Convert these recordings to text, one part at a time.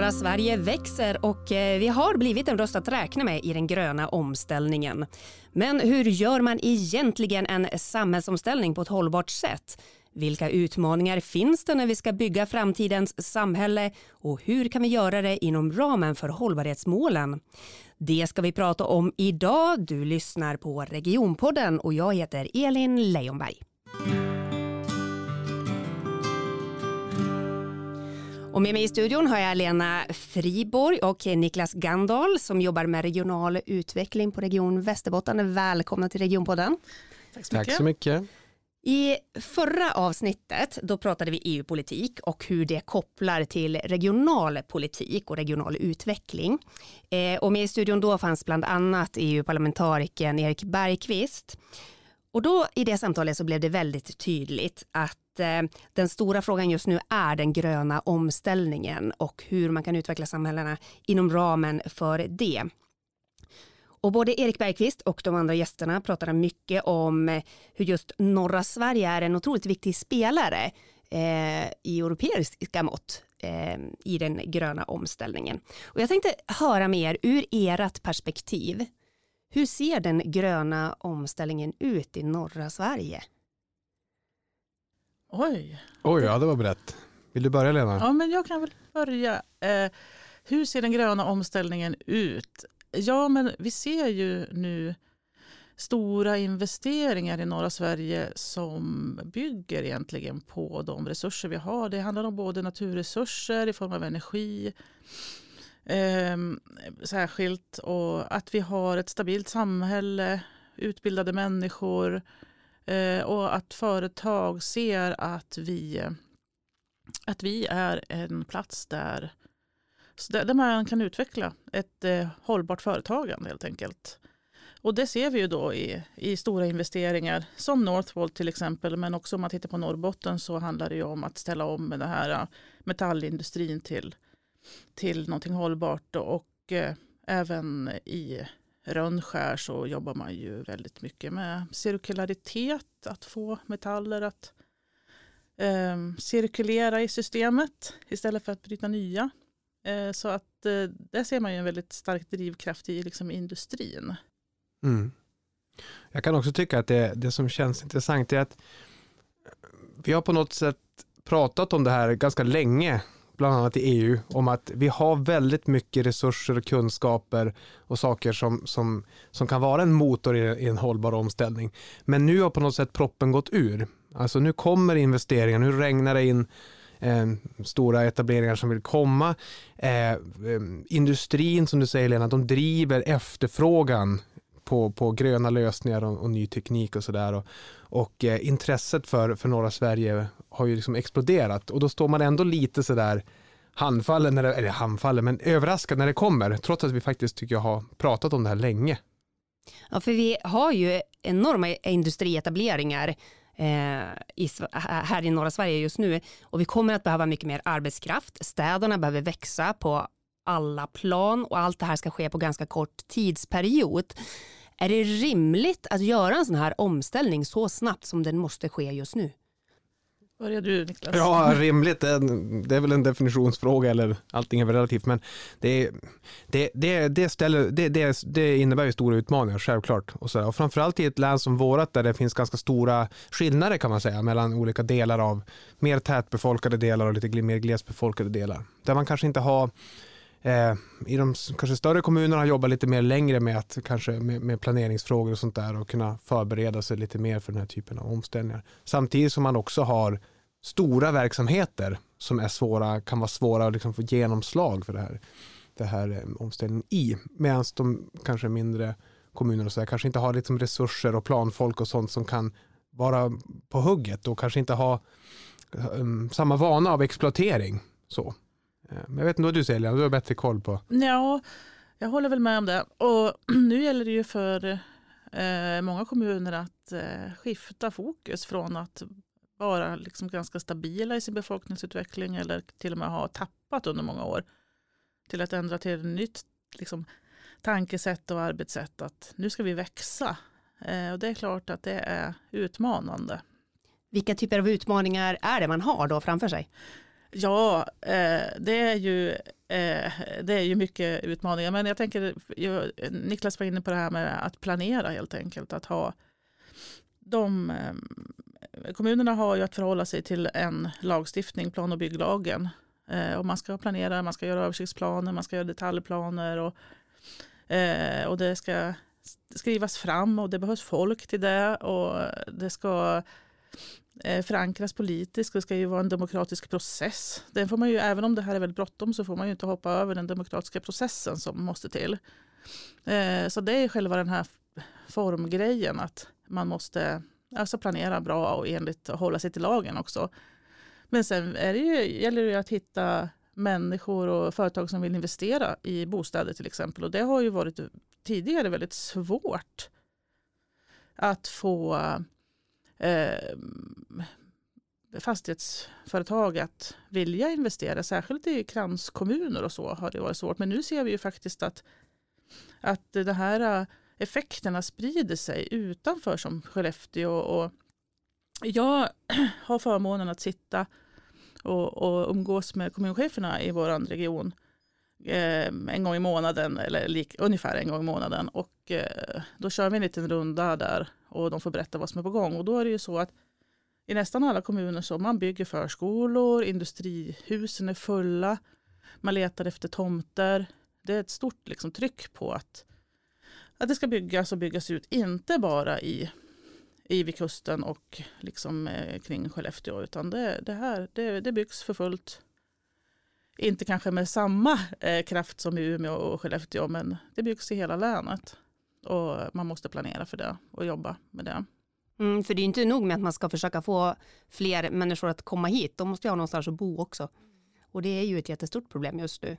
Norra Sverige växer och vi har blivit en röst att räkna med i den gröna omställningen. Men hur gör man egentligen en samhällsomställning på ett hållbart sätt? Vilka utmaningar finns det när vi ska bygga framtidens samhälle och hur kan vi göra det inom ramen för hållbarhetsmålen? Det ska vi prata om idag. Du lyssnar på Regionpodden och jag heter Elin Lejonberg. Och med mig i studion har jag Lena Friborg och Niklas Gandahl som jobbar med regional utveckling på Region Västerbotten. Välkomna till Regionpodden. Tack så mycket. I förra avsnittet då pratade vi EU-politik och hur det kopplar till regional politik och regional utveckling. Och med i studion då fanns bland annat EU-parlamentarikern Erik Bergqvist. Och då i det samtalet så blev det väldigt tydligt att den stora frågan just nu är den gröna omställningen och hur man kan utveckla samhällena inom ramen för det. Och både Erik Bergqvist och de andra gästerna pratade mycket om hur just norra Sverige är en otroligt viktig spelare i europeiska mått i den gröna omställningen. Och jag tänkte höra med er ur ert perspektiv. Hur ser den gröna omställningen ut i norra Sverige? Oj, ja det var brett. Vill du börja, Lena? Ja, men jag kan väl börja. Hur ser den gröna omställningen ut? Ja, men vi ser ju nu stora investeringar i norra Sverige som bygger egentligen på de resurser vi har. Det handlar om både naturresurser i form av energi, särskilt, och att vi har ett stabilt samhälle, utbildade människor och att företag ser att vi är en plats där man kan utveckla ett hållbart företagande helt enkelt. Och det ser vi ju då i stora investeringar som Northvolt till exempel, men också om man tittar på Norrbotten så handlar det ju om att ställa om den här metallindustrin till någonting hållbart, och även i Rönnskär så jobbar man ju väldigt mycket med cirkularitet, att få metaller att cirkulera i systemet istället för att bryta nya. Så att där ser man ju en väldigt stark drivkraft i liksom industrin. Mm. Jag kan också tycka att det som känns intressant är att vi har på något sätt pratat om det här ganska länge, bland annat i EU, om att vi har väldigt mycket resurser och kunskaper och saker som kan vara en motor i en hållbar omställning. Men nu har på något sätt proppen gått ur. Alltså nu kommer investeringar, nu regnar det in stora etableringar som vill komma. Industrin, som du säger Lena, de driver efterfrågan på gröna lösningar och ny teknik och sådär. Och intresset för norra Sverige har ju liksom exploderat. Och då står man ändå lite sådär handfallen, men överraskad när det kommer. Trots att vi faktiskt tycker jag har pratat om det här länge. Ja, för vi har ju enorma industrietableringar här i norra Sverige just nu, och vi kommer att behöva mycket mer arbetskraft. Städerna behöver växa på alla plan och allt det här ska ske på ganska kort tidsperiod. Är det rimligt att göra en sån här omställning så snabbt som den måste ske just nu? Börjar du, Niklas? Ja, rimligt. Det är väl en definitionsfråga, eller allting är väl relativt, men det innebär ju stora utmaningar, självklart. Och framförallt i ett län som vårat där det finns ganska stora skillnader kan man säga mellan olika delar av mer tätbefolkade delar och lite mer glesbefolkade delar. Där man kanske inte har i de kanske större kommunerna har jobbat lite mer längre med att kanske med planeringsfrågor och sånt där och kunna förbereda sig lite mer för den här typen av omställningar. Samtidigt som man också har stora verksamheter som kan vara svåra att liksom få genomslag för det här omställningen i. Medan de kanske mindre kommuner och så där kanske inte har liksom resurser och planfolk och sånt som kan vara på hugget och kanske inte ha samma vana av exploatering så. Men jag vet inte vad du säger, Lena, du har bättre koll på. Ja, jag håller väl med om det. Och nu gäller det ju för många kommuner att skifta fokus från att vara liksom ganska stabila i sin befolkningsutveckling eller till och med ha tappat under många år till att ändra till ett nytt liksom, tankesätt och arbetssätt. Att nu ska vi växa. Och det är klart att det är utmanande. Vilka typer av utmaningar är det man har då framför sig? Ja, det är ju det är ju mycket utmaningar. Men jag tänker, Niklas var inne på det här med att planera helt enkelt. Att ha kommunerna har ju att förhålla sig till en lagstiftning, plan- och bygglagen. Och man ska planera, man ska göra översiktsplaner, man ska göra detaljplaner och det ska skrivas fram och det behövs folk till det och det ska förankras politiskt. Det ska ju vara en demokratisk process. Den får man ju, även om det här är väldigt bråttom så får man ju inte hoppa över den demokratiska processen som måste till. Så det är själva den här formgrejen att man måste alltså planera bra och enligt hålla sig till lagen också. Men sen gäller det ju att hitta människor och företag som vill investera i bostäder till exempel. Och det har ju varit tidigare väldigt svårt att få fastighetsföretag att vilja investera. Särskilt i kranskommuner och så har det varit svårt. Men nu ser vi ju faktiskt att de här effekterna sprider sig utanför som Skellefteå. Och jag har förmånen att sitta och umgås med kommuncheferna i vår region en gång i månaden eller ungefär en gång i månaden. Och då kör vi en liten runda där och de får berätta vad som är på gång. Och då är det ju så att i nästan alla kommuner så man bygger förskolor, industrihusen är fulla, man letar efter tomter. Det är ett stort liksom, tryck på att det ska byggas och byggas ut, inte bara vid kusten och liksom, kring Skellefteå, utan det byggs för fullt. Inte kanske med samma kraft som i Umeå och Skellefteå, men det byggs i hela länet. Och man måste planera för det och jobba med det. För det är inte nog med att man ska försöka få fler människor att komma hit. De måste ju ha någonstans att bo också. Och det är ju ett jättestort problem just nu.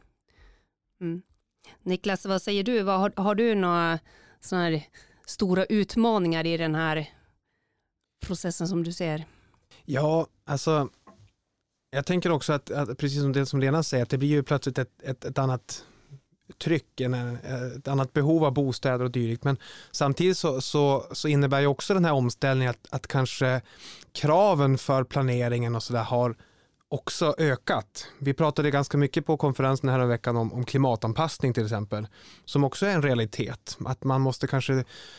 Niklas, vad säger du? Har du några sådana här stora utmaningar i den här processen som du ser? Ja, alltså jag tänker också att precis som det som Lena säger, att det blir ju plötsligt ett annat tryck, ett annat behov av bostäder och dylikt. Men samtidigt så innebär ju också den här omställningen att kanske kraven för planeringen och sådär har också ökat. Vi pratade ganska mycket på konferensen här en veckan om klimatanpassning till exempel, som också är en realitet. Att man måste kanske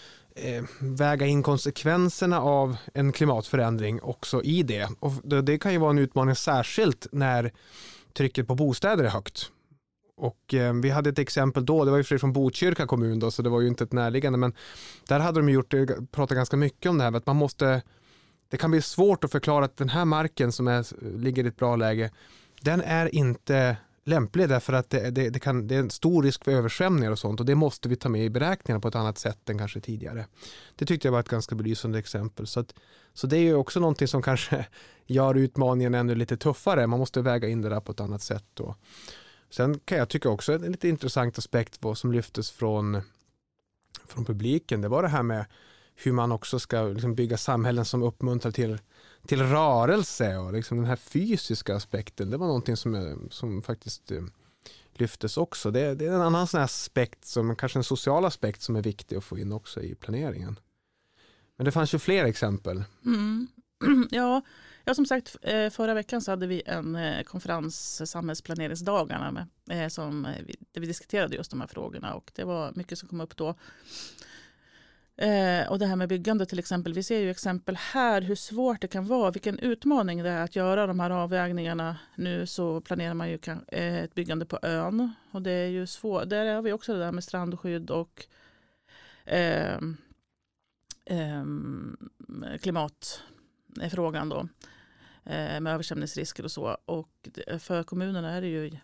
väga in konsekvenserna av en klimatförändring också i det. Och det kan ju vara en utmaning särskilt när trycket på bostäder är högt. Och vi hade ett exempel då, det var ju från Botkyrka kommun då, så det var ju inte ett närliggande, men där hade de pratat ganska mycket om det här, att man måste, det kan bli svårt att förklara att den här marken som ligger i ett bra läge, den är inte lämplig därför att det är en stor risk för översvämningar och sånt, och det måste vi ta med i beräkningarna på ett annat sätt än kanske tidigare. Det tyckte jag var ett ganska belysande exempel. Så det är ju också någonting som kanske gör utmaningen ännu lite tuffare. Man måste väga in det där på ett annat sätt då. Sen kan jag tycka också en lite intressant aspekt som lyftes från publiken. Det var det här med hur man också ska liksom bygga samhällen som uppmuntrar till rörelse och liksom den här fysiska aspekten. Det var någonting som faktiskt lyftes också. Det är en annan sån här aspekt, kanske en social aspekt som är viktig att få in också i planeringen. Men det fanns ju fler exempel. Ja, som sagt, förra veckan så hade vi en konferens, samhällsplaneringsdagarna, där vi diskuterade just de här frågorna, och det var mycket som kom upp då. Och det här med byggande till exempel, vi ser ju exempel här hur svårt det kan vara, vilken utmaning det är att göra de här avvägningarna. Nu så planerar man ju ett byggande på ön, och det är ju svårt. Där har vi också det där med strandskydd och klimatfrågan då, med översvämningsrisker och så. Och för kommunerna är det ju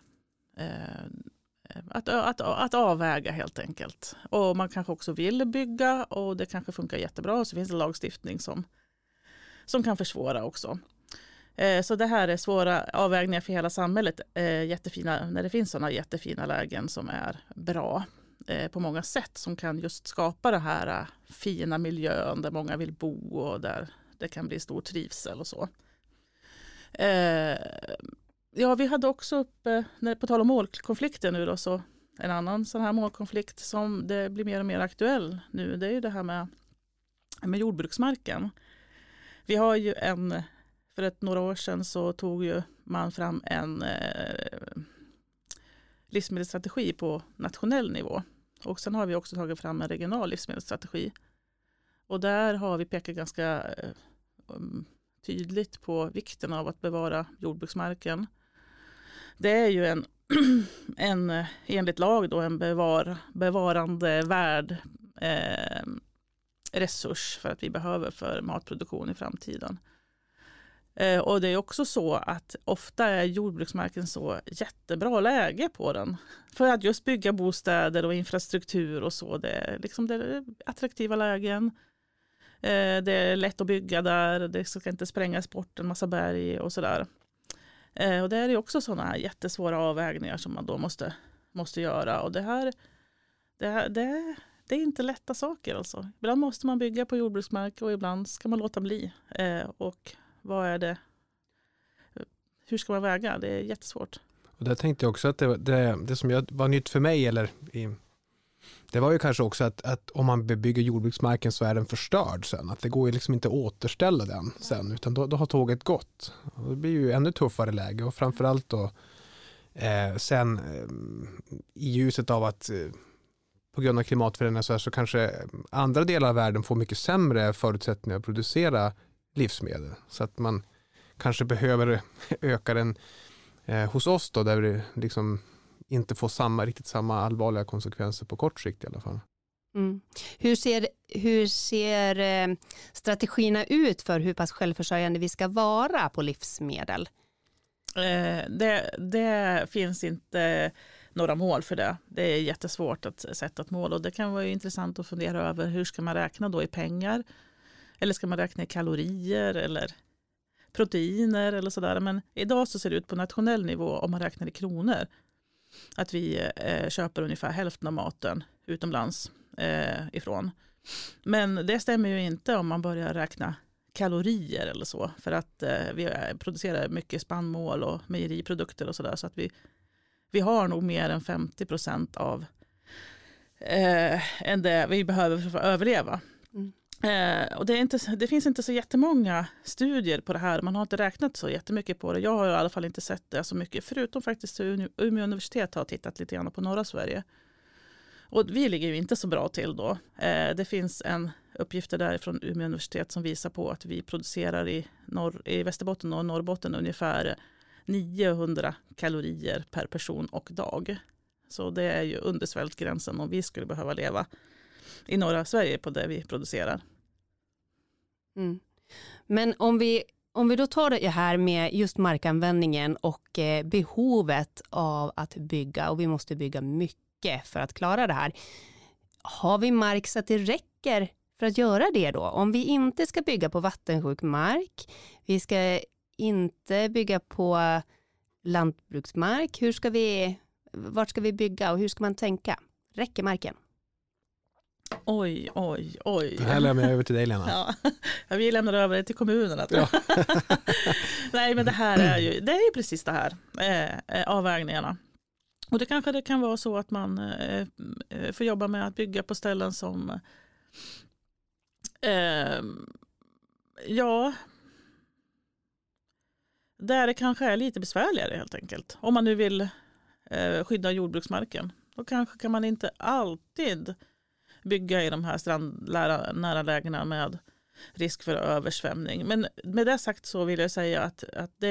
att avväga helt enkelt. Och man kanske också vill bygga, och det kanske funkar jättebra, och så finns det lagstiftning som kan försvåra också. Så det här är svåra avvägningar för hela samhället, jättefina, när det finns sådana jättefina lägen som är bra på många sätt, som kan just skapa det här fina miljön där många vill bo och där det kan bli stor trivsel och så. Ja, vi hade också uppe, på tal om målkonflikter nu då, så en annan sån här målkonflikt som det blir mer och mer aktuell nu, det är ju det här med jordbruksmarken. Vi har ju för några år sedan så tog ju man fram livsmedelsstrategi på nationell nivå. Och sen har vi också tagit fram en regional livsmedelsstrategi. Och där har vi pekat ganska tydligt på vikten av att bevara jordbruksmarken. Det är ju en enligt lag då en bevarandevärd resurs för att vi behöver för matproduktion i framtiden. Och det är också så att ofta är jordbruksmarken så jättebra läge på den. För att just bygga bostäder och infrastruktur och så. Det är attraktiva lägen. Det är lätt att bygga där. Det ska inte sprängas bort en massa berg och sådär. Och det är ju också sådana här jättesvåra avvägningar som man då måste göra. Och det är inte lätta saker alltså. Ibland måste man bygga på jordbruksmark och ibland ska man låta bli. Och vad är det? Hur ska man väga? Det är jättesvårt. Och där tänkte jag också att det som var nytt för mig det var ju kanske också att om man bebygger jordbruksmarken så är den förstörd sen. Att det går ju liksom inte att återställa den sen, utan då har tåget gått. Och det blir ju ännu tuffare läge och framförallt då sen i ljuset av att på grund av klimatförändringar så kanske andra delar av världen får mycket sämre förutsättningar att producera livsmedel. Så att man kanske behöver öka den hos oss då, där vi liksom inte får riktigt samma allvarliga konsekvenser på kort sikt i alla fall. Mm. Hur ser strategierna ut för hur pass självförsörjande vi ska vara på livsmedel? Det finns inte några mål för det. Det är jättesvårt att sätta ett mål och det kan vara intressant att fundera över hur ska man räkna då i pengar? Eller ska man räkna i kalorier eller proteiner eller sådär. Men idag så ser det ut på nationell nivå om man räknar i kronor. Att vi köper ungefär hälften av maten utomlands ifrån. Men det stämmer ju inte om man börjar räkna kalorier eller så. För att vi producerar mycket spannmål och mejeriprodukter och sådär. Så att vi har nog mer än 50% av än det vi behöver för att överleva. Och det finns inte så jättemånga studier på det här. Man har inte räknat så jättemycket på det. Jag har i alla fall inte sett det så mycket. Förutom faktiskt Umeå universitet har tittat lite grann på norra Sverige. Och vi ligger ju inte så bra till då. Det finns en uppgifter där från Umeå universitet som visar på att vi producerar i Västerbotten och Norrbotten ungefär 900 kalorier per person och dag. Så det är ju under svältgränsen om vi skulle behöva leva i norra Sverige på det vi producerar. Mm. Men om vi då tar det här med just markanvändningen och behovet av att bygga, och vi måste bygga mycket för att klara det här. Har vi mark så att det räcker för att göra det då? Om vi inte ska bygga på vattensjuk mark, vi ska inte bygga på lantbruksmark, vart ska vi bygga och hur ska man tänka? Räcker marken? Oj. Det här lämnar jag över till dig, Lena. Ja, vi lämnar över det till kommunerna. Ja. Nej, men det är ju precis det här. Avvägningarna. Och det kanske kan vara så att man får jobba med att bygga på ställen som där det kanske är lite besvärligare helt enkelt. Om man nu vill skydda jordbruksmarken. Då kanske kan man inte alltid bygga i de här strandnära lägena med risk för översvämning. Men med det sagt så vill jag säga att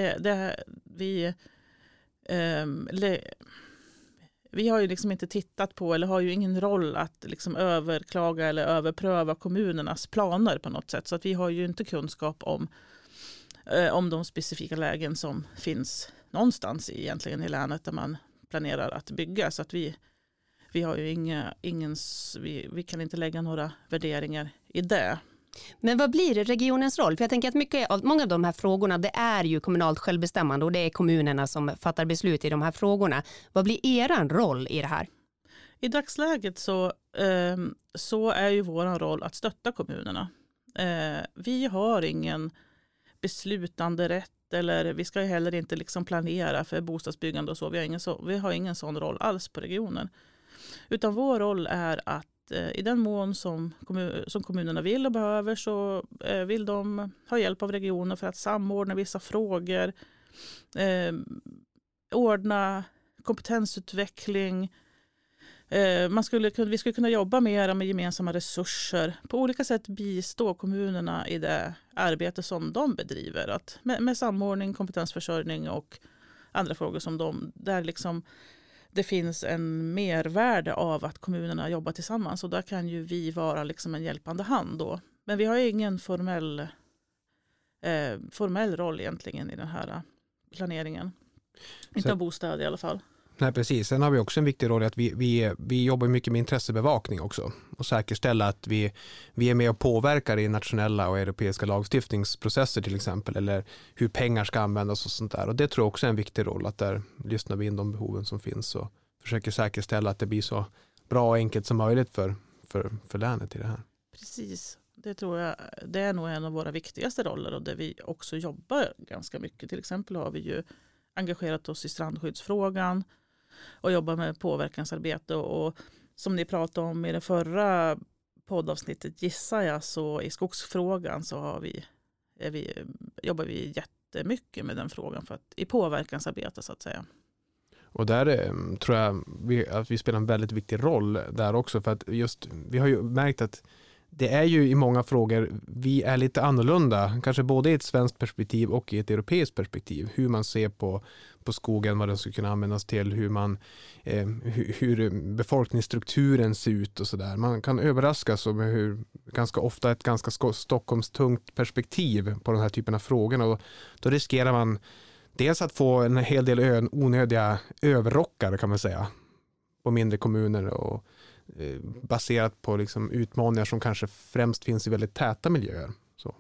vi har ju liksom inte tittat på eller har ju ingen roll att liksom överklaga eller överpröva kommunernas planer på något sätt. Så att vi har ju inte kunskap om de specifika lägen som finns någonstans egentligen i länet där man planerar att bygga. Så att vi har ju vi kan inte lägga några värderingar i det. Men vad blir regionens roll? För jag tänker att många av de här frågorna, det är ju kommunalt självbestämmande och det är kommunerna som fattar beslut i de här frågorna. Vad blir eran roll i det här? I dagsläget så är ju vår roll att stötta kommunerna. Vi har ingen beslutande rätt eller vi ska heller inte liksom planera för bostadsbyggande och så. Vi har ingen sån roll alls på regionen. Utan vår roll är att i den mån som kommunerna vill och behöver så vill de ha hjälp av regionen för att samordna vissa frågor, ordna kompetensutveckling. Vi skulle kunna jobba mer med gemensamma resurser. På olika sätt bistå kommunerna i det arbete som de bedriver. Med samordning, kompetensförsörjning och andra frågor som där liksom det finns en mervärde av att kommunerna jobbar tillsammans. Och där kan ju vi vara liksom en hjälpande hand då. Men vi har ju ingen formell roll egentligen i den här planeringen. Inte av bostäder i alla fall. Nej, precis. Sen har vi också en viktig roll i att vi jobbar mycket med intressebevakning också och säkerställa att vi är med och påverkar i nationella och europeiska lagstiftningsprocesser till exempel, eller hur pengar ska användas och sånt där. Och det tror jag också är en viktig roll, att där lyssnar vi in de behoven som finns och försöker säkerställa att det blir så bra och enkelt som möjligt för länet i det här. Precis. Det tror jag, det är nog en av våra viktigaste roller och där vi också jobbar ganska mycket. Till exempel har vi ju engagerat oss i strandskyddsfrågan och jobbar med påverkansarbete. Och som ni pratade om i det förra poddavsnittet, gissar jag, så i skogsfrågan så jobbar vi jättemycket med den frågan i påverkansarbete så att säga. Och där tror jag att vi spelar en väldigt viktig roll där också, för att just vi har ju märkt att det är ju i många frågor vi är lite annorlunda, kanske både i ett svenskt perspektiv och i ett europeiskt perspektiv. Hur man ser på skogen, vad den ska kunna användas till, hur befolkningsstrukturen ser ut och sådär. Man kan överraskas av hur ganska ofta ett ganska Stockholmstungt perspektiv på den här typen av frågor. Och då riskerar man dels att få en hel del onödiga överrockar kan man säga på mindre kommuner och baserat på liksom utmaningar som kanske främst finns i väldigt täta miljöer. Så,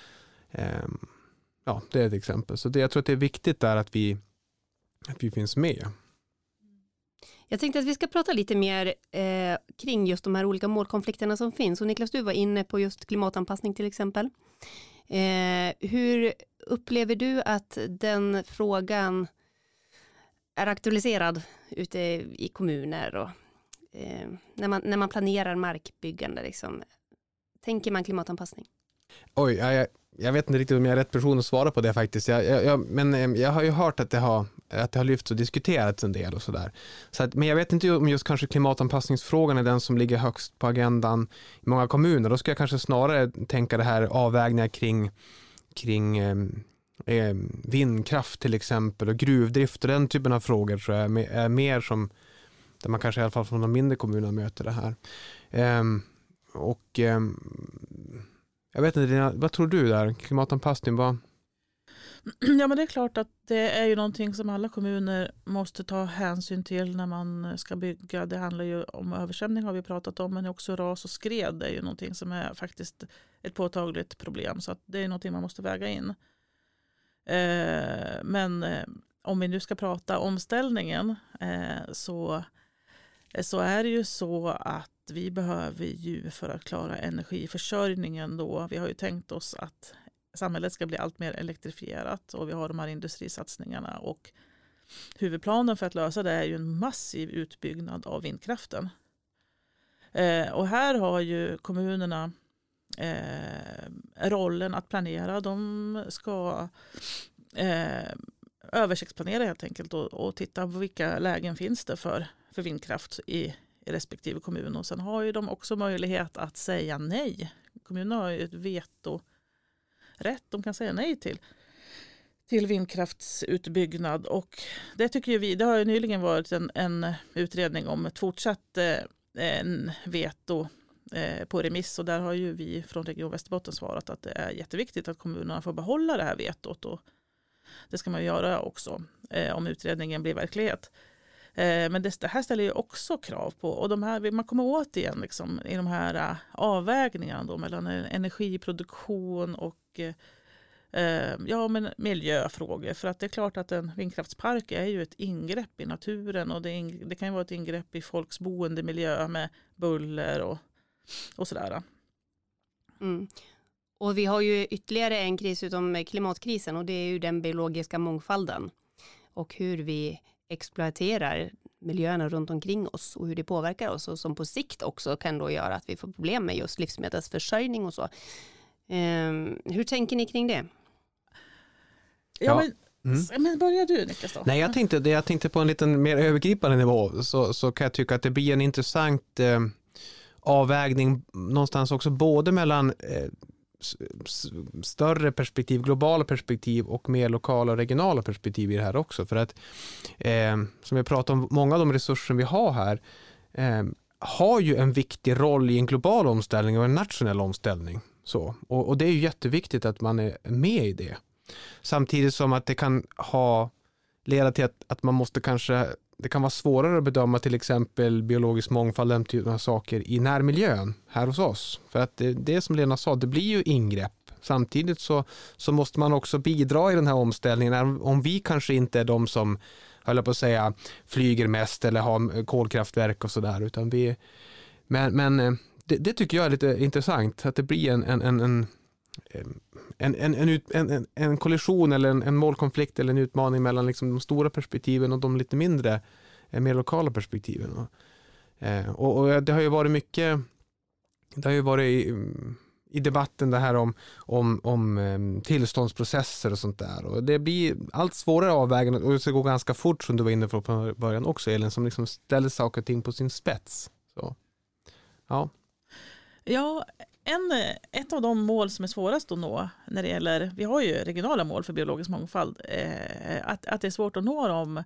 ja, det är ett exempel. Så jag tror att det är viktigt där att vi finns med. Jag tänkte att vi ska prata lite mer kring just de här olika målkonflikterna som finns. Och Niklas, du var inne på just klimatanpassning till exempel. Hur upplever du att den frågan är aktualiserad ute i kommuner och när man planerar markbyggande liksom, tänker man klimatanpassning? Oj, jag vet inte riktigt om jag är rätt person att svara på det faktiskt. Men jag har ju hört att det har lyfts och diskuterats en del och sådär. Men jag vet inte om just kanske klimatanpassningsfrågan är den som ligger högst på agendan i många kommuner. Då ska jag kanske snarare tänka det här avvägningar kring vindkraft till exempel och gruvdrift och den typen av frågor tror jag är mer som där man kanske i alla fall från de mindre kommunerna möter det här. Jag vet inte, vad tror du där? Klimatanpassning, vad? Ja, men det är klart att det är ju någonting som alla kommuner måste ta hänsyn till när man ska bygga. Det handlar ju om översvämning har vi pratat om, men också ras och skred. Det är ju någonting som är faktiskt ett påtagligt problem. Så att det är någonting man måste väga in. Men om vi nu ska prata omställningen så är det ju så att vi behöver ju för att klara energiförsörjningen då. Vi har ju tänkt oss att samhället ska bli allt mer elektrifierat och vi har de här industrisatsningarna och huvudplanen för att lösa det är ju en massiv utbyggnad av vindkraften. Och här har ju kommunerna rollen att planera. De ska översiktsplanera helt enkelt och titta på vilka lägen finns det för vindkraft i respektive kommun. Och sen har ju de också möjlighet att säga nej. Kommunerna har ju ett vetorätt. De kan säga nej till vindkraftsutbyggnad. Och det tycker ju vi, det har ju nyligen varit en utredning om ett fortsatt veto på remiss. Och där har ju vi från Region Västerbotten svarat att det är jätteviktigt att kommunerna får behålla det här vetot. Och det ska man göra också om utredningen blir verklighet. Men det här ställer ju också krav på, och man kommer åt igen liksom, i de här avvägningarna då, mellan energiproduktion och men miljöfrågor. För att det är klart att en vindkraftspark är ju ett ingrepp i naturen och det kan ju vara ett ingrepp i folks boendemiljö med buller och sådär. Mm. Och vi har ju ytterligare en kris utom klimatkrisen och det är ju den biologiska mångfalden och hur vi exploaterar miljöerna runt omkring oss och hur det påverkar oss och som på sikt också kan då göra att vi får problem med just livsmedelsförsörjning och så. Hur tänker ni kring det? Ja, men Men börjar du, Niklas, då? Nej, jag tänkte på en liten mer övergripande nivå så kan jag tycka att det blir en intressant avvägning någonstans också, både mellan större perspektiv, globala perspektiv och mer lokala och regionala perspektiv i det här också. För att som jag pratade om, många av de resurser vi har här har ju en viktig roll i en global omställning och en nationell omställning. Så. Och det är ju jätteviktigt att man är med i det. Samtidigt som att det kan leda till att man måste kanske, det kan vara svårare att bedöma till exempel biologisk mångfald, den typen av saker i närmiljön här hos oss. För att det som Lena sa, det blir ju ingrepp. Samtidigt så måste man också bidra i den här omställningen. Om vi kanske inte är de som, höll på att säga, flyger mest eller har kolkraftverk och sådär, utan men det tycker jag är lite intressant, att det blir en kollision eller en målkonflikt eller en utmaning mellan liksom de stora perspektiven och de lite mindre, mer lokala perspektiven. Och det har ju varit mycket, det har ju varit i debatten det här om tillståndsprocesser och sånt där. Och det blir allt svårare avvägande, och det ska gå ganska fort som du var inne på början också, Elin, som liksom ställer saker och ting på sin spets. Så, ja. Ja, ett av de mål som är svårast att nå när det gäller, vi har ju regionala mål för biologisk mångfald, att det är svårt att nå dem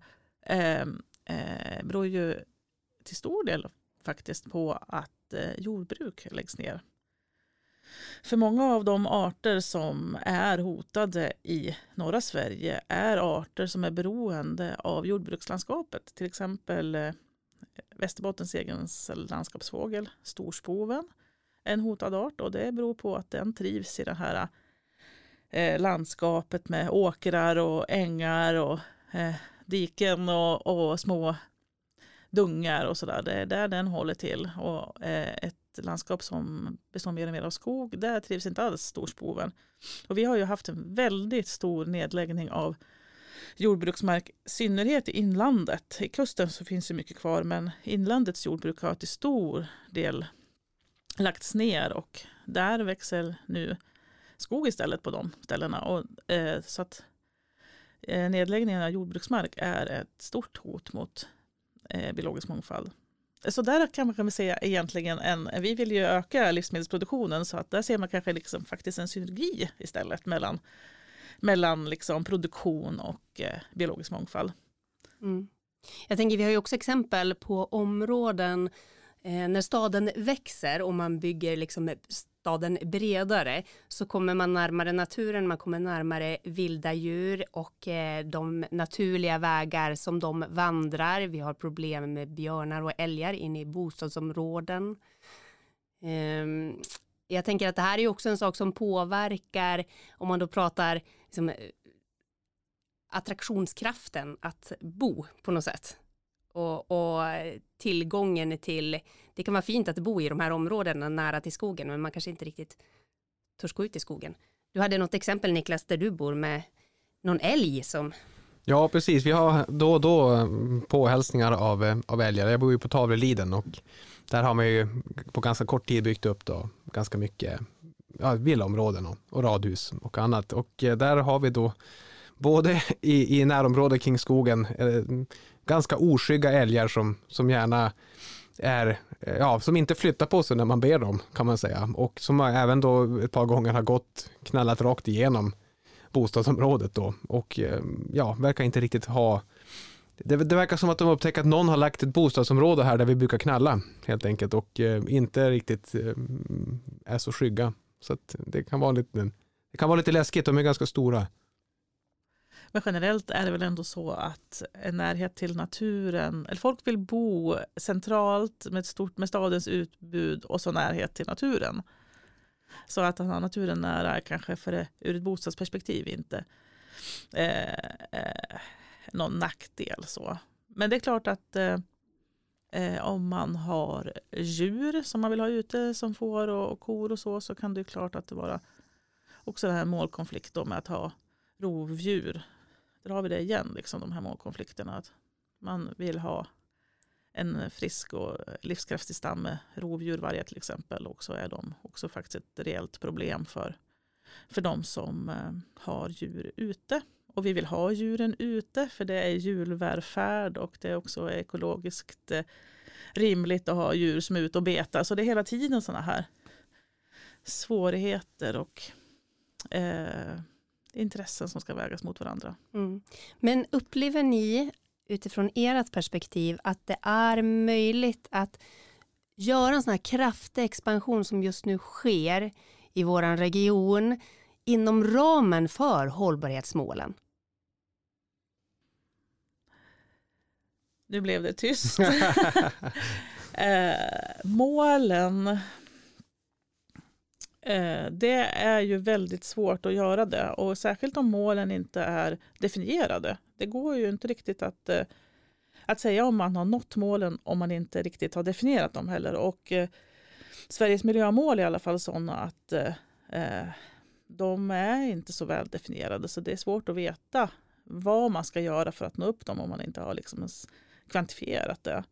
beror ju till stor del faktiskt på att jordbruk läggs ner. För många av de arter som är hotade i norra Sverige är arter som är beroende av jordbrukslandskapet. Till exempel Västerbottens egen landskapsfågel, storspoven, en hotad art, och det beror på att den trivs i det här landskapet med åkrar och ängar och diken och små dungar och sådär. Det är där den håller till, och ett landskap som består mer och mer av skog, där trivs inte alls storspoven. Och vi har ju haft en väldigt stor nedläggning av jordbruksmark, i synnerhet i inlandet. I kusten så finns det mycket kvar, men inlandets jordbruk har till stor del lagts ner, och där växer nu skog istället på de ställena. Och, så att nedläggningen av jordbruksmark är ett stort hot mot biologisk mångfald. Så där kan man säga egentligen vi vill ju öka livsmedelsproduktionen, så att där ser man kanske liksom faktiskt en synergi istället mellan liksom produktion och biologisk mångfald. Mm. Jag tänker, vi har ju också exempel på områden när staden växer och man bygger liksom staden bredare, så kommer man närmare naturen, man kommer närmare vilda djur och de naturliga vägar som de vandrar. Vi har problem med björnar och älgar inne i bostadsområden. Jag tänker att det här är också en sak som påverkar, om man då pratar liksom, attraktionskraften att bo på något sätt. Och tillgången till, det kan vara fint att bo i de här områdena nära till skogen, men man kanske inte riktigt törs gå ut i skogen. Du hade något exempel, Niklas, där du bor med någon älg som... Ja, precis. Vi har då och då påhälsningar av älgar. Jag bor ju på Tavleliden, och där har man ju på ganska kort tid byggt upp då ganska mycket villaområden och radhus och annat. Och där har vi då både i närområdet kring skogen ganska oskygga älgar som gärna är, som inte flyttar på sig när man ber dem, kan man säga. Och som även då ett par gånger har knallat rakt igenom bostadsområdet då. Och verkar inte riktigt ha... Det verkar som att de upptäcker att någon har lagt ett bostadsområde här där vi brukar knalla, helt enkelt. Och inte riktigt är så skygga. Så att det kan vara lite läskigt, de är ganska stora. Men generellt är det väl ändå så att en närhet till naturen, eller folk vill bo centralt med stadens utbud och så närhet till naturen. Så att ha naturen nära kanske ur ett bostadsperspektiv inte någon nackdel. Så. Men det är klart att om man har djur som man vill ha ute, som får och kor och så kan det ju klart att det vara också den här målkonflikt med att ha rovdjur. Där har vi det igen, liksom, de här målkonflikterna. Att man vill ha en frisk och livskraftig stam med rovdjurvargar till exempel. Och så är de också faktiskt ett reellt problem för de som har djur ute. Och vi vill ha djuren ute för det är djurvälfärd och det är också ekologiskt rimligt att ha djur som är ute och betar. Så det är hela tiden sådana här svårigheter och intressen som ska vägas mot varandra. Mm. Men upplever ni utifrån ert perspektiv att det är möjligt att göra en sån här kraftig expansion som just nu sker i våran region inom ramen för hållbarhetsmålen? Nu blev det tyst. Målen, det är ju väldigt svårt att göra det. Och särskilt om målen inte är definierade. Det går ju inte riktigt att säga om man har nått målen om man inte riktigt har definierat dem heller. Och Sveriges miljömål är i alla fall sådana att de är inte så väl definierade. Så det är svårt att veta vad man ska göra för att nå upp dem om man inte har liksom kvantifierat det.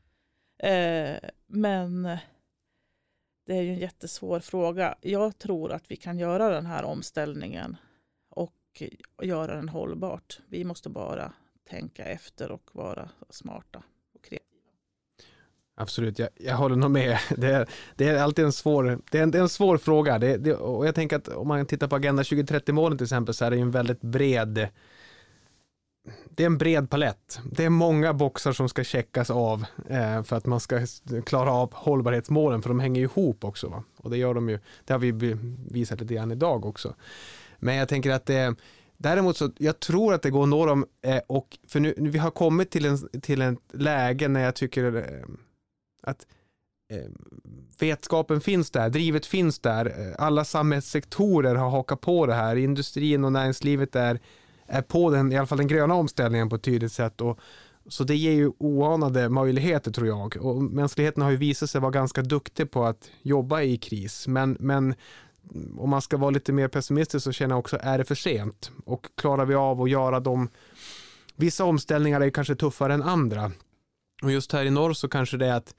Men det är ju en jättesvår fråga. Jag tror att vi kan göra den här omställningen och göra den hållbart. Vi måste bara tänka efter och vara smarta och kreativa. Absolut, jag håller nog med. Det är alltid en svår fråga. Och jag tänker att om man tittar på Agenda 2030-målen till exempel så är det ju en väldigt bred... Det är en bred palett. Det är många boxar som ska checkas av för att man ska klara av hållbarhetsmålen, för de hänger ju ihop också. Va? Och det gör de ju. Det har vi visat lite grann idag också. Men jag tänker att däremot så jag tror att det går att nå dem och för nu vi har kommit till en läge när jag tycker att vetskapen finns där, drivet finns där. Alla samhällssektorer har hakat på det här. Industrin och näringslivet är på i alla fall den gröna omställningen på ett tydligt sätt. Och, så det ger ju oanade möjligheter tror jag. Och mänskligheten har ju visat sig vara ganska duktig på att jobba i kris. Men om man ska vara lite mer pessimistisk så känner jag också, är det för sent? Och klarar vi av att göra dem? Vissa omställningar är kanske tuffare än andra. Och just här i norr så kanske det är att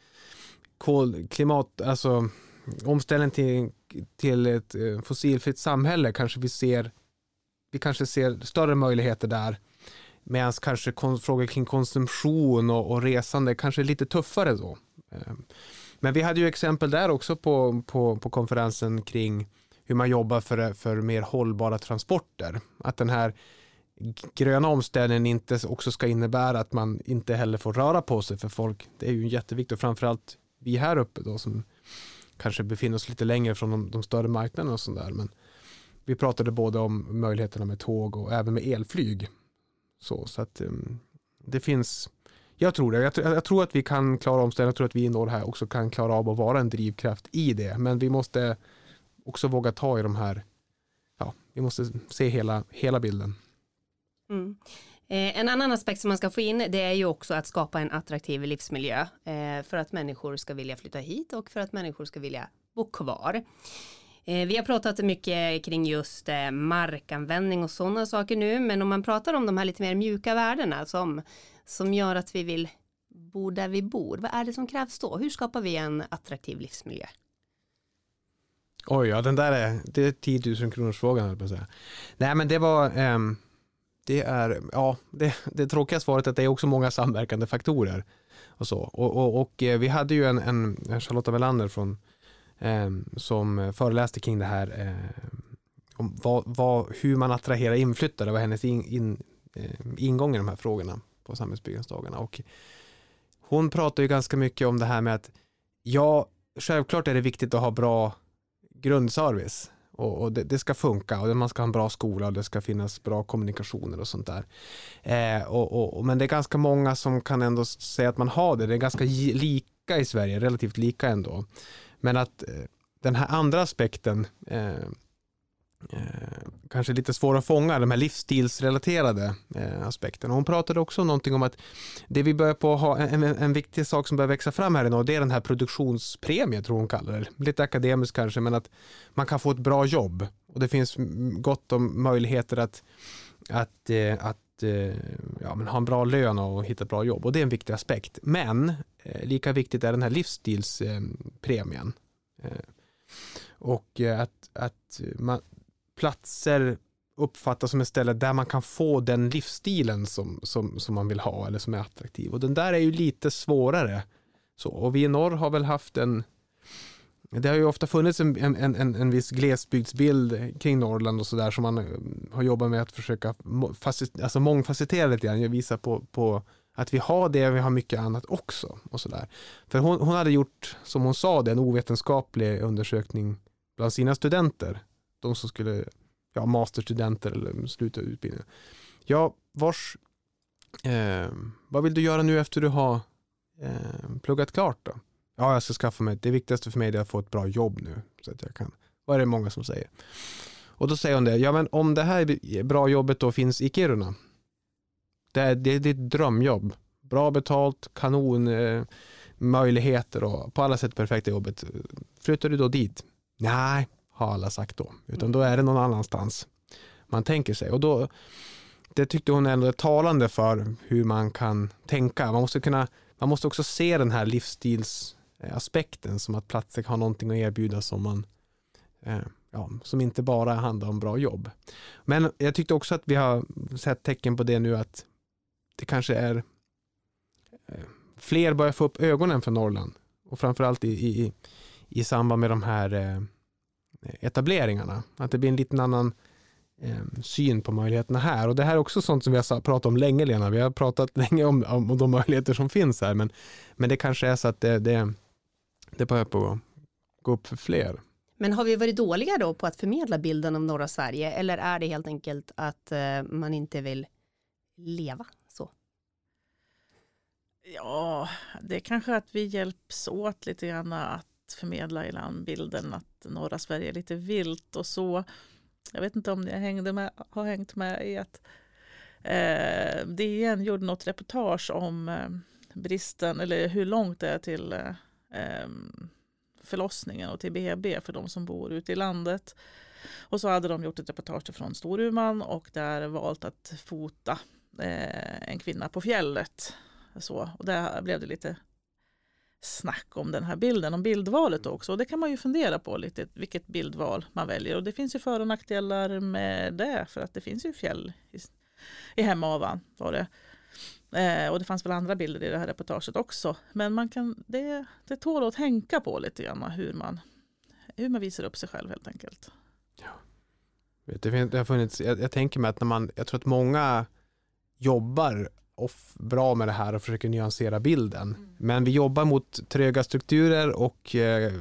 alltså omställningen till ett fossilfritt samhälle kanske vi kanske ser större möjligheter där, medan kanske frågor kring konsumtion och resande kanske är lite tuffare då. Men vi hade ju exempel där också på konferensen kring hur man jobbar för mer hållbara transporter. Att den här gröna omställningen inte också ska innebära att man inte heller får röra på sig för folk. Det är ju jätteviktigt, och framförallt vi här uppe då som kanske befinner oss lite längre från de större marknaderna och sånt där. Men vi pratade både om möjligheterna med tåg och även med elflyg. Så att det finns, jag tror det. Jag tror att vi kan klara omställningen. Jag tror att vi i norr här också kan klara av att vara en drivkraft i det. Men vi måste också våga ta i de här, vi måste se hela bilden. Mm. En annan aspekt som man ska få in, det är ju också att skapa en attraktiv livsmiljö för att människor ska vilja flytta hit och för att människor ska vilja bo kvar. Vi har pratat mycket kring just markanvändning och sådana saker nu, men om man pratar om de här lite mer mjuka värdena som gör att vi vill bo där vi bor, vad är det som krävs då? Hur skapar vi en attraktiv livsmiljö? Oj, ja, det är 10 000 kronors frågan, höll jag på att säga. Nej, men det var det tråkiga svaret att det är också många samverkande faktorer och så. Och vi hade ju en Charlotta Melander som föreläste kring det här om hur man attraherar inflyttare. Det var hennes ingång i de här frågorna på samhällsbyggnadsdagarna. Och hon pratar ju ganska mycket om det här med att självklart är det viktigt att ha bra grundservice och det ska funka och man ska ha en bra skola och det ska finnas bra kommunikationer och sånt där. Men det är ganska många som kan ändå säga att man har det. Det är ganska lika i Sverige, relativt lika ändå. Men att den här andra aspekten kanske lite svår att fånga, de här livsstilsrelaterade aspekten. Hon pratade också om någonting om att det vi börjar på ha en viktig sak som börjar växa fram här idag, det är den här produktionspremien, tror hon kallar det. Lite akademiskt kanske, men att man kan få ett bra jobb. Och det finns gott om möjligheter att ha en bra lön och hitta ett bra jobb. Och det är en viktig aspekt. Men lika viktigt är den här livsstilspremien. Och att platser uppfattas som ett ställe där man kan få den livsstilen som man vill ha eller som är attraktiv. Och den där är ju lite svårare. Så, och vi i norr har väl haft det har ju ofta funnits en viss glesbygdsbild kring Norrland och sådär som man har jobbat med att försöka mångfacetera lite grann. Jag visar på att vi har det, vi har mycket annat också och sådär. För hon hade gjort, som hon sa, en ovetenskaplig undersökning bland sina studenter. De som skulle, masterstudenter eller sluta utbildningen. Ja, vad vill du göra nu efter du har pluggat klart då? Ja, jag ska skaffa mig, det viktigaste för mig är att få ett bra jobb nu så att jag kan. Vad är det många som säger? Och då säger hon det, ja men om det här bra jobbet då finns i Kiruna, det är ditt drömjobb, bra betalt, kanon möjligheter och på alla sätt perfekta jobbet, flyttar du då dit? Nej, har alla sagt då, utan då är det någon annanstans man tänker sig. Och då, det tyckte hon ändå är talande för hur man kan tänka. Man måste också se den här livsstilsaspekten som att platser har någonting att erbjuda som inte bara handlar om bra jobb. Men jag tyckte också att vi har sett tecken på det nu att det kanske är fler börjar få upp ögonen för Norrland och framförallt i samband med de här etableringarna. Att det blir en liten annan syn på möjligheterna här. Och det här är också sånt som vi har pratat om länge, Lena. Vi har pratat länge om de möjligheter som finns här. Men det kanske är så att det börjar på att gå upp för fler. Men har vi varit dåliga då på att förmedla bilden av norra Sverige? Eller är det helt enkelt att man inte vill leva så? Ja, det är kanske att vi hjälps åt lite grann att förmedla i bilden att norra Sverige är lite vilt och så. Jag vet inte om ni har hängt med i att DN gjorde något reportage om bristen eller hur långt det är till förlossningen och till BB för de som bor ute i landet. Och så hade de gjort ett reportage från Storuman och där valt att fota en kvinna på fjället. Så, och där blev det lite snack om den här bilden, om bildvalet också. Och det kan man ju fundera på lite, vilket bildval man väljer. Och det finns ju för- och nackdelar med det, för att det finns ju fjäll i Hemavan var det. Och det fanns väl andra bilder i det här reportaget också. Men det tål att tänka på lite grann hur man visar upp sig själv helt enkelt. Ja. Det har funnits, jag tänker mig att jag tror att många jobbar bra med det här och försöker nyansera bilden. Men vi jobbar mot tröga strukturer och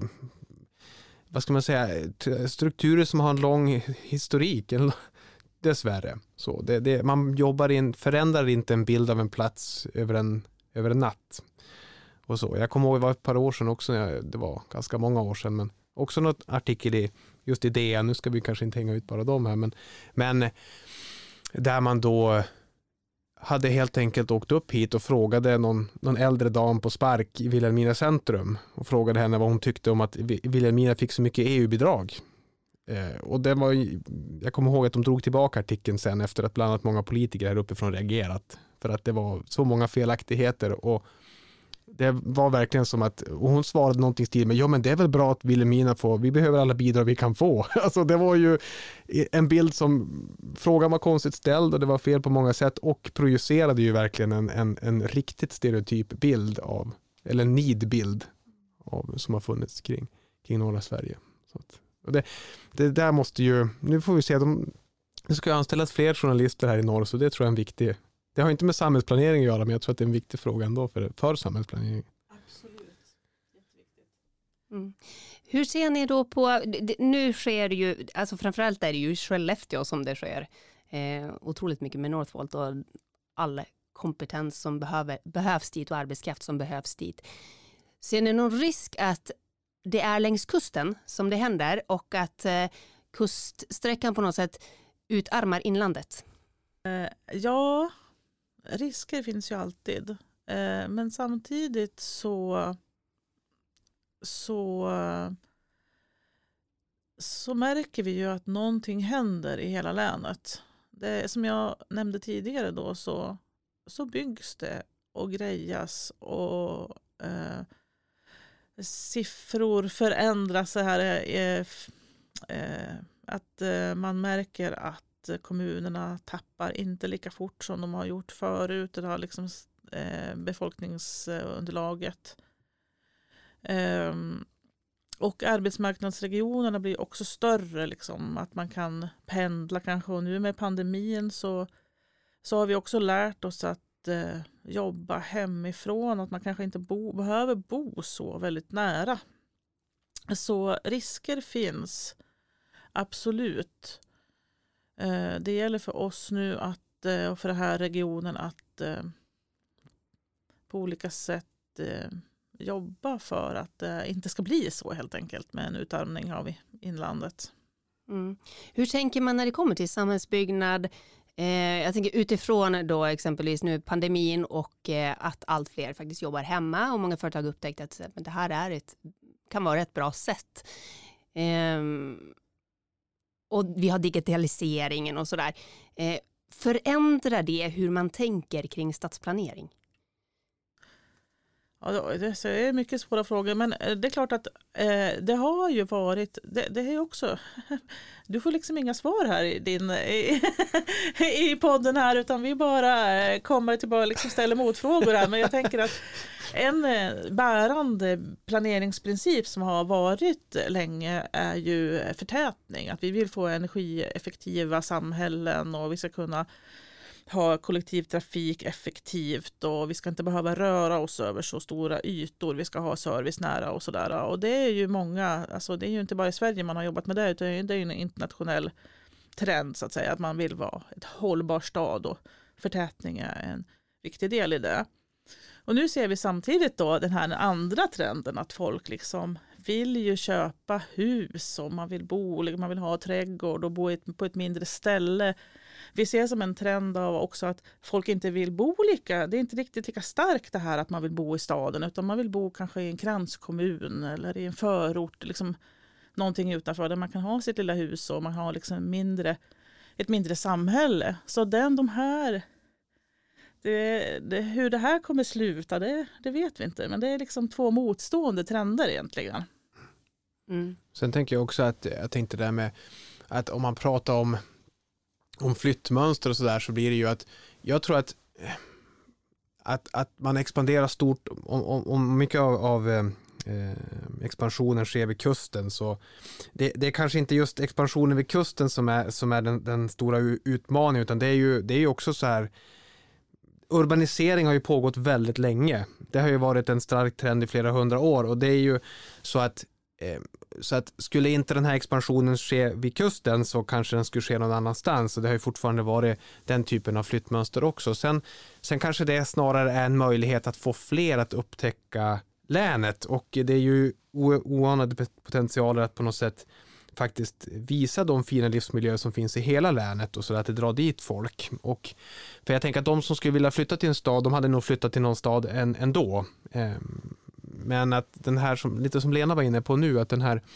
vad ska man säga, strukturer som har en lång historik, dessvärre. Så man förändrar inte en bild av en plats över en natt. Och så. Jag kommer ihåg, det var ett par år sedan också, det var ganska många år sedan, men också något artikel just i DN, nu ska vi kanske inte hänga ut bara dem här, men där man då hade helt enkelt åkt upp hit och frågade någon äldre dam på Spark i Vilhelmina centrum och frågade henne vad hon tyckte om att Vilhelmina fick så mycket EU-bidrag. Och jag kommer ihåg att de drog tillbaka artikeln sen efter att bland annat många politiker här uppifrån reagerat för att det var så många felaktigheter och det var verkligen som att, och hon svarade någonting stil med, ja men det är väl bra att Vilhelmina får, vi behöver alla bidrag vi kan få. Alltså det var ju en bild som, frågan var konstigt ställd och det var fel på många sätt och projicerade ju verkligen en riktigt stereotyp bild eller en nidbild som har funnits kring norra Sverige. Så att, och det där måste ju, nu får vi se, det ska anställas fler journalister här i norr så det tror jag är en viktig. Det har inte med samhällsplanering att göra, men jag tror att det är en viktig fråga ändå för samhällsplanering. Absolut, jätteviktigt. Mm. Hur ser ni då på, nu sker det ju, alltså framförallt är det ju i Skellefteå som det sker otroligt mycket med Northvolt och all kompetens som behövs dit och arbetskraft som behövs dit. Ser ni någon risk att det är längs kusten som det händer och att kuststräckan på något sätt utarmar inlandet? Ja, risker finns ju alltid. Men samtidigt så märker vi ju att någonting händer i hela länet. Det, som jag nämnde tidigare då så byggs det och grejas och siffror förändras så här. Att man märker att att kommunerna tappar inte lika fort som de har gjort förut. Det har liksom befolkningsunderlaget. Och arbetsmarknadsregionerna blir också större, liksom, att man kan pendla kanske. Och nu med pandemin så har vi också lärt oss att jobba hemifrån, att man kanske inte behöver bo så väldigt nära. Så risker finns, absolut. Det gäller för oss nu och för den här regionen att på olika sätt jobba för att det inte ska bli så, helt enkelt, med en utarmning av inlandet. Mm. Hur tänker man när det kommer till samhällsbyggnad? Jag tänker utifrån då exempelvis nu pandemin och att allt fler faktiskt jobbar hemma och många företag har upptäckt att det här kan vara ett bra sätt. Och vi har digitaliseringen och sådär. Förändrar det hur man tänker kring stadsplanering? Ja, det är mycket svåra frågor, men det är klart att det har ju varit, det är också, du får liksom inga svar här i podden här, utan vi bara kommer till bara liksom ställa motfrågor här. Men jag tänker att en bärande planeringsprincip som har varit länge är ju förtätning, att vi vill få energieffektiva samhällen och vi ska kunna ha kollektivtrafik effektivt och vi ska inte behöva röra oss över så stora ytor. Vi ska ha service nära och sådär. Och det är ju många, alltså det är ju inte bara i Sverige man har jobbat med det, utan det är ju en internationell trend, så att säga, att man vill vara ett hållbar stad och förtätning är en viktig del i det. Och nu ser vi samtidigt då den här andra trenden, att folk liksom vill ju köpa hus och man vill bo, man vill ha trädgård och bo på ett mindre ställe. Vi ser som en trend av också att folk inte vill bo lika. Det är inte riktigt lika starkt det här att man vill bo i staden, utan man vill bo kanske i en kranskommun eller i en förort, liksom någonting utanför där man kan ha sitt lilla hus och man har liksom ett mindre samhälle. Så de här, hur det här kommer sluta, det vet vi inte. Men det är liksom två motstående trender egentligen. Mm. Sen tänker jag också att jag tänkte där med att om man pratar om flyttmönster och sådär, så blir det ju att jag tror att man expanderar stort om mycket av expansionen sker vid kusten, så det är kanske inte just expansionen vid kusten som är den stora utmaningen, utan det är ju också så här, urbanisering har ju pågått väldigt länge. Det har ju varit en stark trend i flera hundra år, och det är ju så att skulle inte den här expansionen ske vid kusten, så kanske den skulle ske någon annanstans, och det har ju fortfarande varit den typen av flyttmönster också. Sen kanske det snarare är en möjlighet att få fler att upptäcka länet, och det är ju oanade potentialer att på något sätt faktiskt visa de fina livsmiljöer som finns i hela länet, och så att det drar dit folk. Och för jag tänker att de som skulle vilja flytta till en stad, de hade nog flyttat till någon stad ändå. Men att den här, lite som Lena var inne på nu, att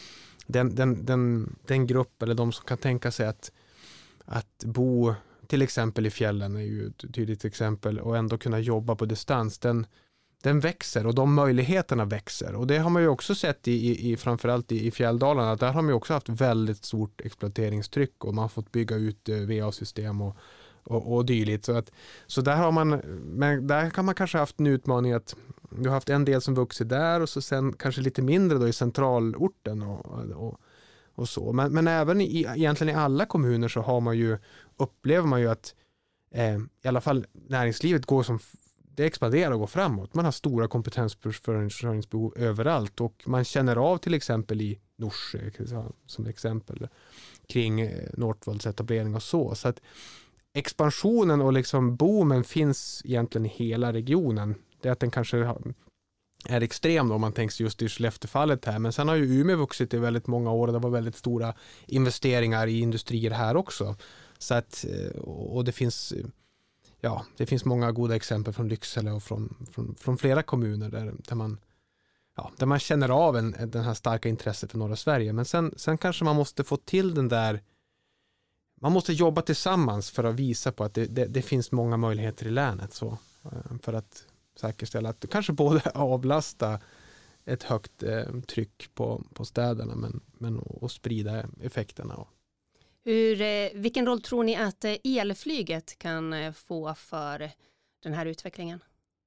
den grupp eller de som kan tänka sig att bo till exempel i fjällen är ju ett tydligt exempel, och ändå kunna jobba på distans, den växer och de möjligheterna växer. Och det har man ju också sett i framförallt i fjälldalarna. Där har man ju också haft väldigt stort exploateringstryck, och man har fått bygga ut VA-system och dylikt. Så där har man, men där kan man kanske haft en utmaning att du har haft en del som vuxit där, och så sen kanske lite mindre då i centralorten och så. Men även egentligen i alla kommuner så upplever man ju att i alla fall näringslivet det expanderar och går framåt. Man har stora kompetensförsörjningsbehov överallt, och man känner av till exempel i Norsjö som exempel kring Northvolts etablering och så. Så att expansionen och liksom boomen finns egentligen i hela regionen. Det är att den kanske är extrem om man tänker just i Skellefteåfallet här. Men sen har ju Umeå vuxit i väldigt många år, och det var väldigt stora investeringar i industrier här också. Så att, och det finns många goda exempel från Lycksele och från flera kommuner där man känner av den här starka intresset för norra Sverige. Men sen kanske man måste få till den där, man måste jobba tillsammans för att visa på att det finns många möjligheter i länet, så för att säkerställa att kanske både avlasta ett högt tryck på städerna men och sprida effekterna. Vilken roll tror ni att elflyget kan få för den här utvecklingen?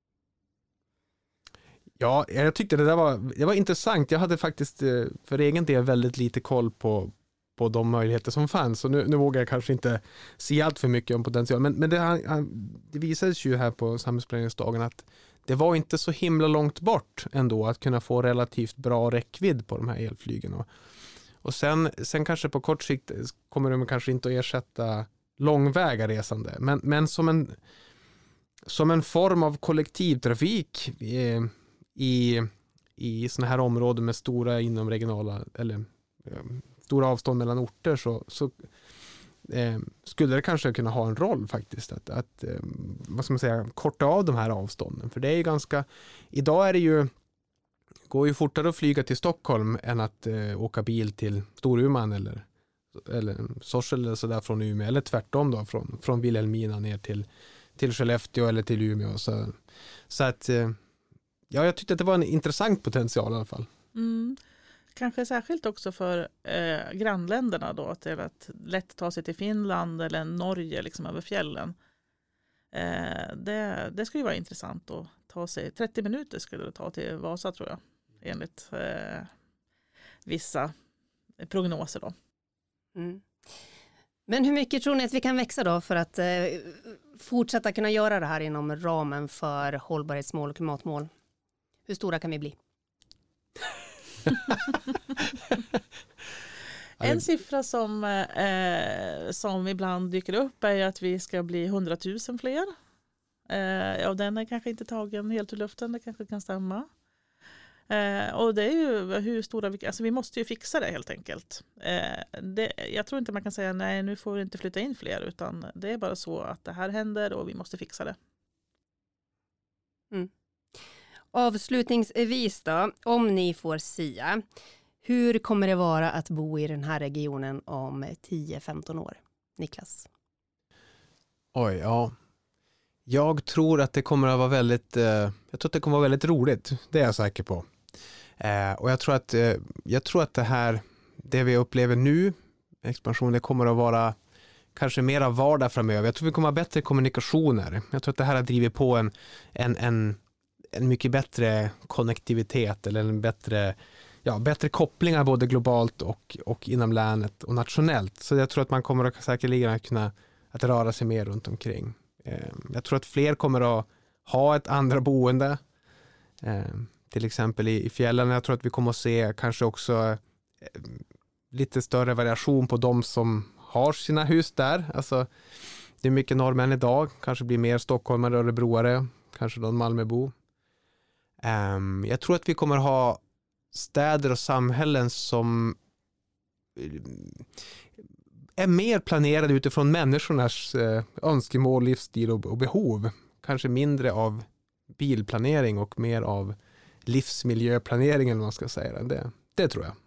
Ja, jag tyckte det var intressant. Jag hade faktiskt för egen del väldigt lite koll på de möjligheter som fanns. Och nu vågar jag kanske inte se allt för mycket om potential. Men det visades ju här på samhällsplaneringsdagen att det var inte så himla långt bort ändå att kunna få relativt bra räckvidd på de här elflygen. Och sen kanske på kort sikt kommer de kanske inte att ersätta långväga resande. Men som en form av kollektivtrafik i såna här områden med stora inomregionala eller stora avstånd mellan orter så skulle det kanske kunna ha en roll faktiskt att vad ska man säga, korta av de här avstånden. För det är ju ganska, idag är det ju, går ju fortare att flyga till Stockholm än att åka bil till Storuman eller Sorsele eller sådär från Umeå, eller tvärtom då från Vilhelmina ner till Skellefteå eller till Umeå. Så att ja, jag tyckte att det var en intressant potential i alla fall. Kanske särskilt också för grannländerna då, att det är att lätt ta sig till Finland eller Norge liksom över fjällen. Det skulle vara intressant att ta sig, 30 minuter skulle det ta till Vasa tror jag, enligt vissa prognoser då. Men hur mycket tror ni att vi kan växa då för att fortsätta kunna göra det här inom ramen för hållbarhetsmål och klimatmål? Hur stora kan vi bli? En siffra som ibland dyker upp är att vi ska bli 100 000 fler. Ja, den är kanske inte tagen helt ur luften, det kanske kan stämma. Och det är ju hur stora, alltså vi måste ju fixa det helt enkelt. Jag tror inte man kan säga nej, nu får vi inte flytta in fler, utan det är bara så att det här händer och vi måste fixa det. Avslutningsvis då, om ni får sia, hur kommer det vara att bo i den här regionen om 10-15 år? Niklas? Oj, ja. Jag tror att det kommer att vara väldigt, väldigt roligt. Det är jag säker på. Och jag tror att det vi upplever nu, expansion, det kommer att vara kanske mera vardag framöver. Jag tror vi kommer att ha bättre kommunikationer. Jag tror att det här har drivit på en mycket bättre konnektivitet eller en bättre kopplingar både globalt och inom länet och nationellt. Så jag tror att man kommer att säkerligen kunna att röra sig mer runt omkring. Jag tror att fler kommer att ha ett andra boende. Till exempel i fjällen. Jag tror att vi kommer att se kanske också lite större variation på de som har sina hus där. Alltså, det är mycket norrmän idag. Kanske blir mer stockholmare, örebroare. Kanske någon Malmöbo. Jag tror att vi kommer ha städer och samhällen som är mer planerade utifrån människornas önskemål, livsstil och behov. Kanske mindre av bilplanering och mer av livsmiljöplanering eller vad man ska säga. Det tror jag.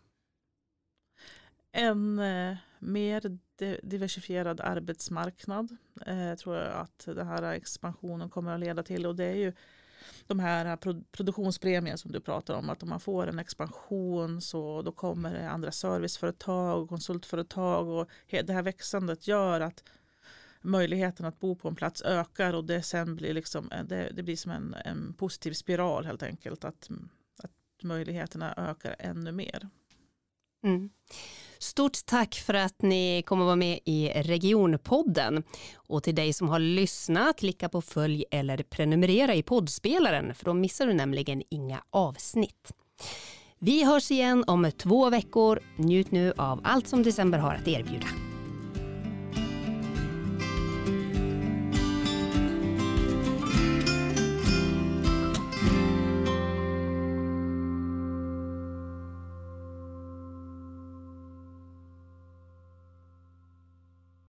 En mer diversifierad arbetsmarknad tror jag att den här expansionen kommer att leda till, och det är ju de här produktionspremien som du pratar om, att om man får en expansion så då kommer det andra serviceföretag och konsultföretag, och det här växandet gör att möjligheten att bo på en plats ökar, och det sen blir liksom, det blir som en positiv spiral helt enkelt, att möjligheterna ökar ännu mer. Stort tack för att ni kommer vara med i Regionpodden. Och till dig som har lyssnat, klicka på följ eller prenumerera i poddspelaren, för då missar du nämligen inga avsnitt. Vi hörs igen om 2 veckor. Njut nu av allt som december har att erbjuda.